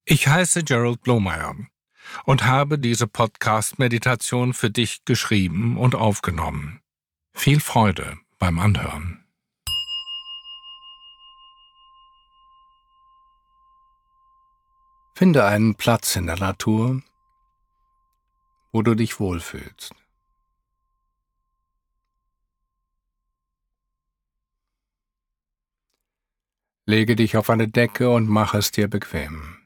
Ich heiße Gerald Blomeyer und habe diese Podcast-Meditation für dich geschrieben und aufgenommen. Viel Freude beim Anhören. Finde einen Platz in der Natur, wo du dich wohlfühlst. Lege dich auf eine Decke und mach es dir bequem.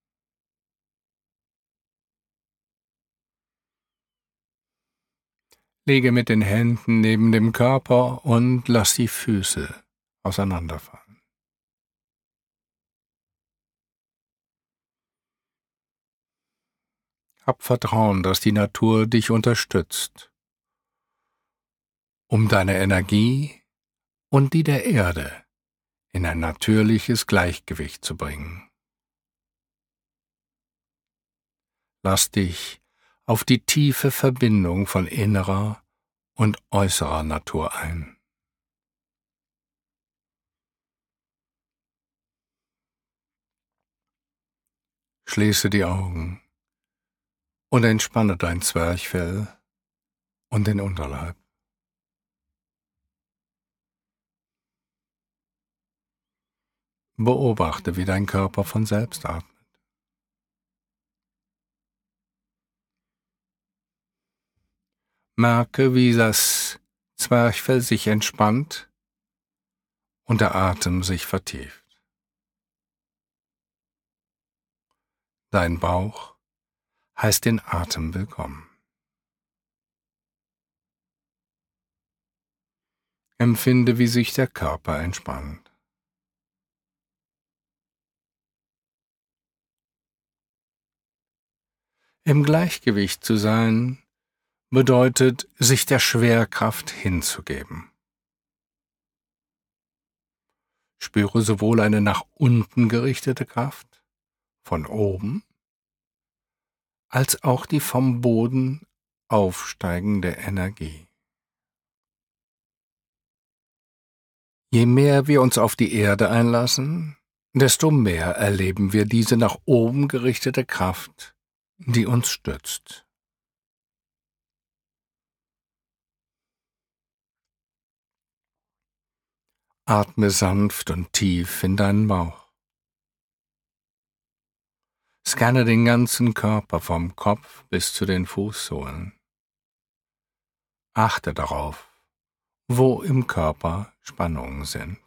Lege mit den Händen neben dem Körper und lass die Füße auseinanderfallen. Hab Vertrauen, dass die Natur dich unterstützt, um deine Energie und die der Erde in ein natürliches Gleichgewicht zu bringen. Lass dich auf die tiefe Verbindung von innerer und äußerer Natur ein. Schließe die Augen und entspanne dein Zwerchfell und den Unterleib. Beobachte, wie dein Körper von selbst atmet. Merke, wie das Zwerchfell sich entspannt und der Atem sich vertieft. Dein Bauch heißt den Atem willkommen. Empfinde, wie sich der Körper entspannt. Im Gleichgewicht zu sein bedeutet, sich der Schwerkraft hinzugeben. Spüre sowohl eine nach unten gerichtete Kraft, von oben, als auch die vom Boden aufsteigende Energie. Je mehr wir uns auf die Erde einlassen, desto mehr erleben wir diese nach oben gerichtete Kraft, die uns stützt. Atme sanft und tief in deinen Bauch. Scanne den ganzen Körper vom Kopf bis zu den Fußsohlen. Achte darauf, wo im Körper Spannungen sind.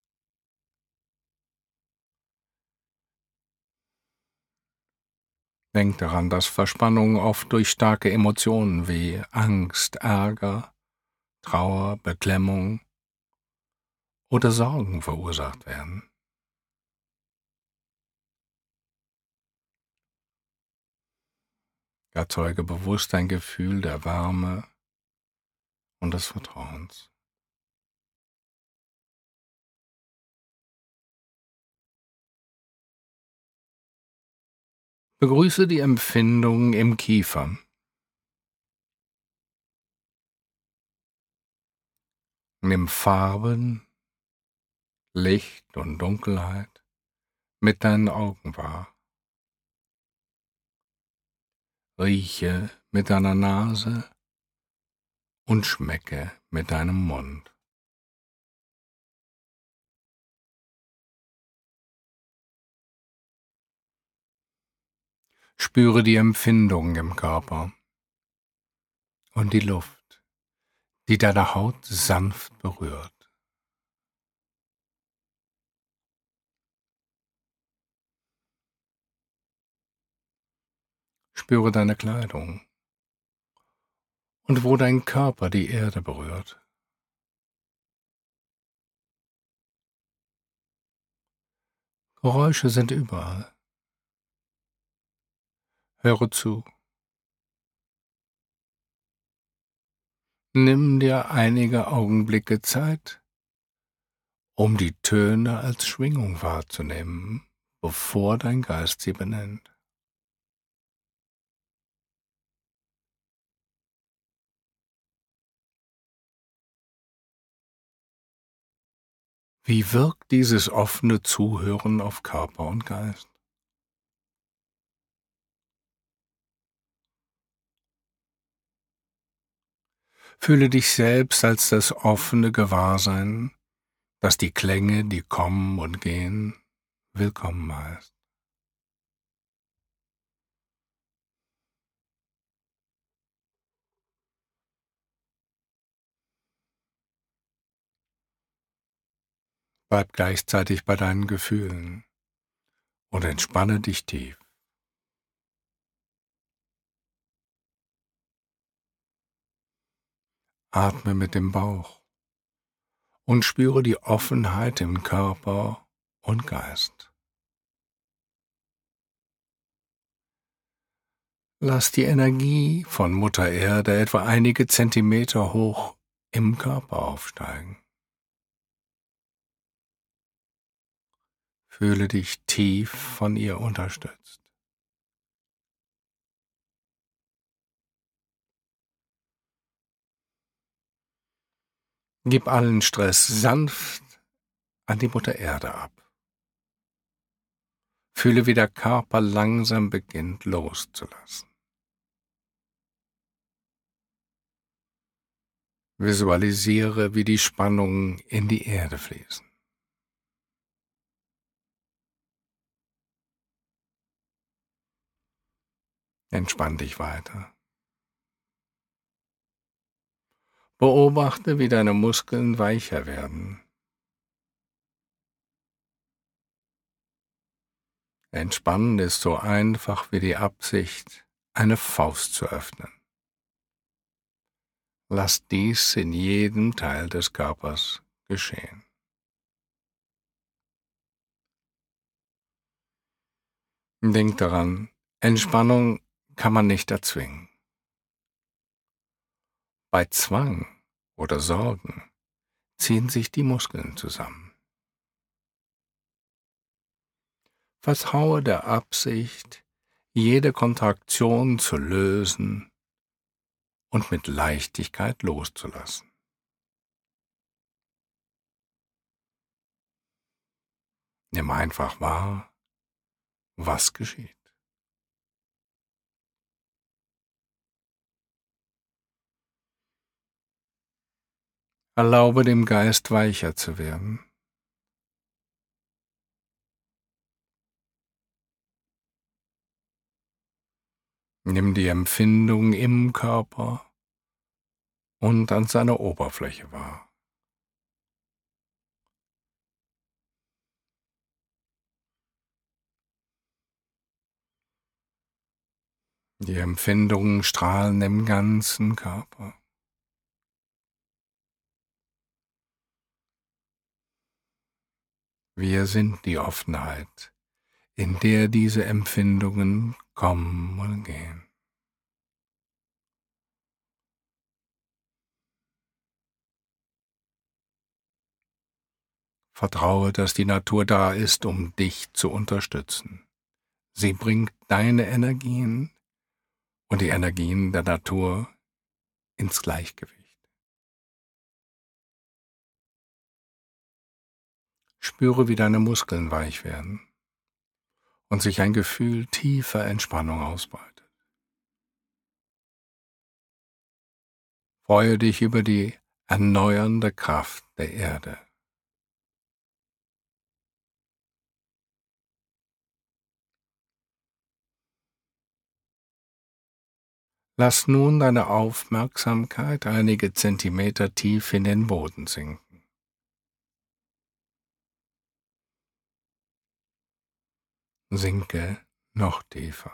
Denk daran, dass Verspannungen oft durch starke Emotionen wie Angst, Ärger, Trauer, Beklemmung oder Sorgen verursacht werden. Erzeuge bewusst ein Gefühl der Wärme und des Vertrauens. Begrüße die Empfindung im Kiefer. Nimm Farben, Licht und Dunkelheit mit deinen Augen wahr. Rieche mit deiner Nase und schmecke mit deinem Mund. Spüre die Empfindung im Körper und die Luft, die deine Haut sanft berührt. Spüre deine Kleidung und wo dein Körper die Erde berührt. Geräusche sind überall. Höre zu. Nimm dir einige Augenblicke Zeit, um die Töne als Schwingung wahrzunehmen, bevor dein Geist sie benennt. Wie wirkt dieses offene Zuhören auf Körper und Geist? Fühle dich selbst als das offene Gewahrsein, das die Klänge, die kommen und gehen, willkommen heißt. Bleib gleichzeitig bei deinen Gefühlen und entspanne dich tief. Atme mit dem Bauch und spüre die Offenheit im Körper und Geist. Lass die Energie von Mutter Erde etwa einige Zentimeter hoch im Körper aufsteigen. Fühle dich tief von ihr unterstützt. Gib allen Stress sanft an die Mutter Erde ab. Fühle, wie der Körper langsam beginnt loszulassen. Visualisiere, wie die Spannungen in die Erde fließen. Entspann dich weiter. Beobachte, wie deine Muskeln weicher werden. Entspannen ist so einfach wie die Absicht, eine Faust zu öffnen. Lass dies in jedem Teil des Körpers geschehen. Denk daran, Entspannung kann man nicht erzwingen. Bei Zwang oder Sorgen ziehen sich die Muskeln zusammen. Vertraue der Absicht, jede Kontraktion zu lösen und mit Leichtigkeit loszulassen. Nimm einfach wahr, was geschieht. Erlaube dem Geist weicher zu werden. Nimm die Empfindung im Körper und an seiner Oberfläche wahr. Die Empfindungen strahlen im ganzen Körper. Wir sind die Offenheit, in der diese Empfindungen kommen und gehen. Vertraue, dass die Natur da ist, um dich zu unterstützen. Sie bringt deine Energien und die Energien der Natur ins Gleichgewicht. Spüre, wie deine Muskeln weich werden und sich ein Gefühl tiefer Entspannung ausbreitet. Freue dich über die erneuernde Kraft der Erde. Lass nun deine Aufmerksamkeit einige Zentimeter tief in den Boden sinken. Sinke noch tiefer.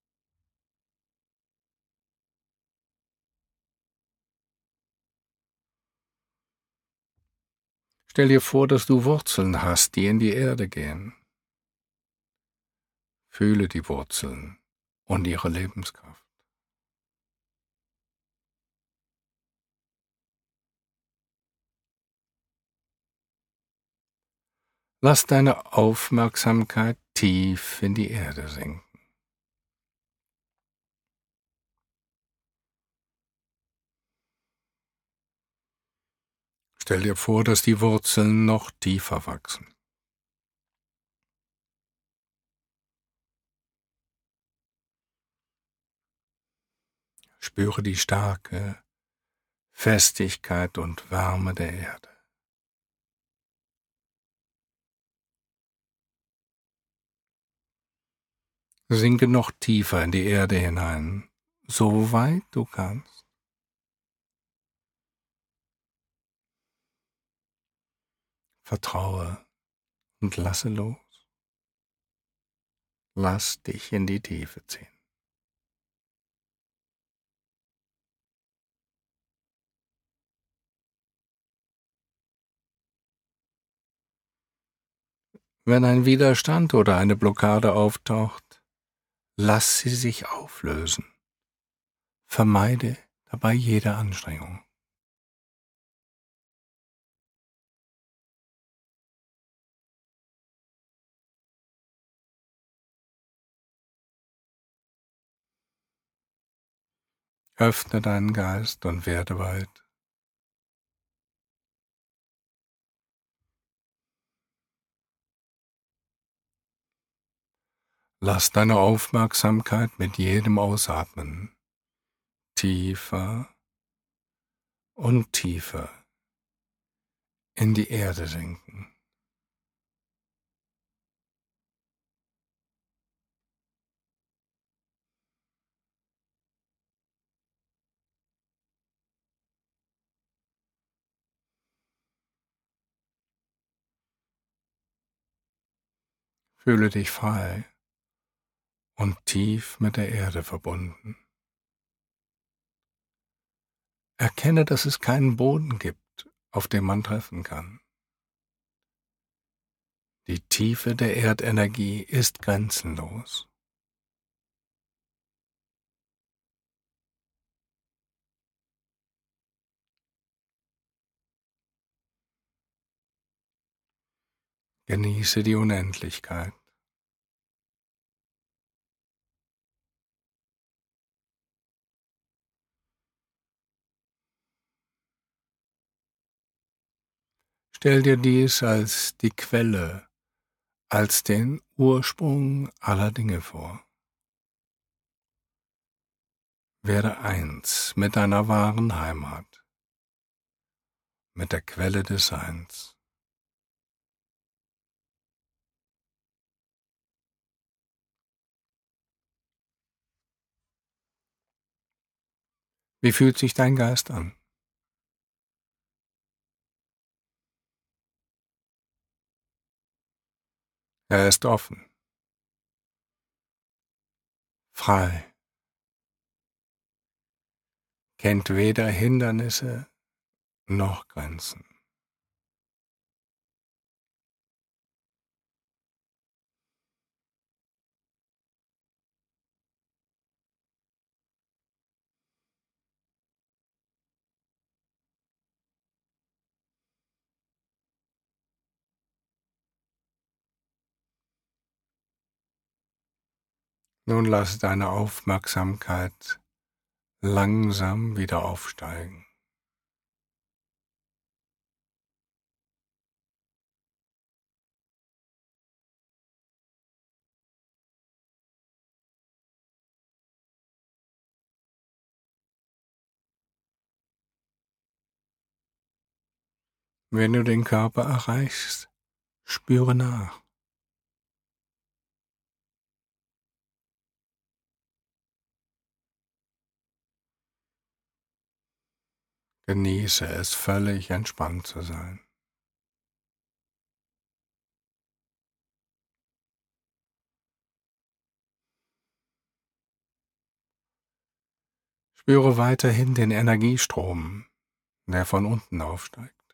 Stell dir vor, dass du Wurzeln hast, die in die Erde gehen. Fühle die Wurzeln und ihre Lebenskraft. Lass deine Aufmerksamkeit tief in die Erde sinken. Stell dir vor, dass die Wurzeln noch tiefer wachsen. Spüre die starke, Festigkeit und Wärme der Erde. Sinke noch tiefer in die Erde hinein, so weit du kannst. Vertraue und lasse los. Lass dich in die Tiefe ziehen. Wenn ein Widerstand oder eine Blockade auftaucht, lass sie sich auflösen. Vermeide dabei jede Anstrengung. Öffne deinen Geist und werde weit. Lass deine Aufmerksamkeit mit jedem Ausatmen tiefer und tiefer in die Erde sinken. Fühle dich frei und tief mit der Erde verbunden. Erkenne, dass es keinen Boden gibt, auf dem man treffen kann. Die Tiefe der Erdenergie ist grenzenlos. Genieße die Unendlichkeit. Stell dir dies als die Quelle, als den Ursprung aller Dinge vor. Werde eins mit deiner wahren Heimat, mit der Quelle des Seins. Wie fühlt sich dein Geist an? Er ist offen, frei, kennt weder Hindernisse noch Grenzen. Nun lass deine Aufmerksamkeit langsam wieder aufsteigen. Wenn du den Körper erreichst, spüre nach. Genieße es, völlig entspannt zu sein. Spüre weiterhin den Energiestrom, der von unten aufsteigt.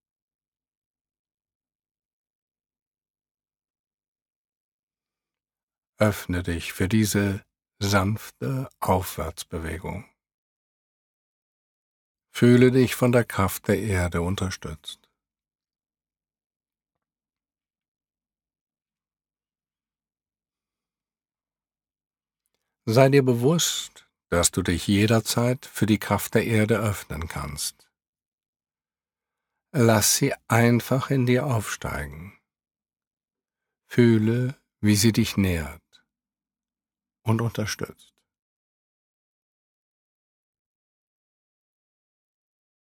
Öffne dich für diese sanfte Aufwärtsbewegung. Fühle dich von der Kraft der Erde unterstützt. Sei dir bewusst, dass du dich jederzeit für die Kraft der Erde öffnen kannst. Lass sie einfach in dir aufsteigen. Fühle, wie sie dich nährt und unterstützt.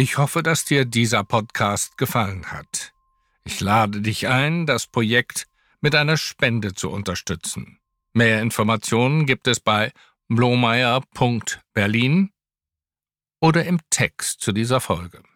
Ich hoffe, dass dir dieser Podcast gefallen hat. Ich lade dich ein, das Projekt mit einer Spende zu unterstützen. Mehr Informationen gibt es bei blomeyer.berlin oder im Text zu dieser Folge.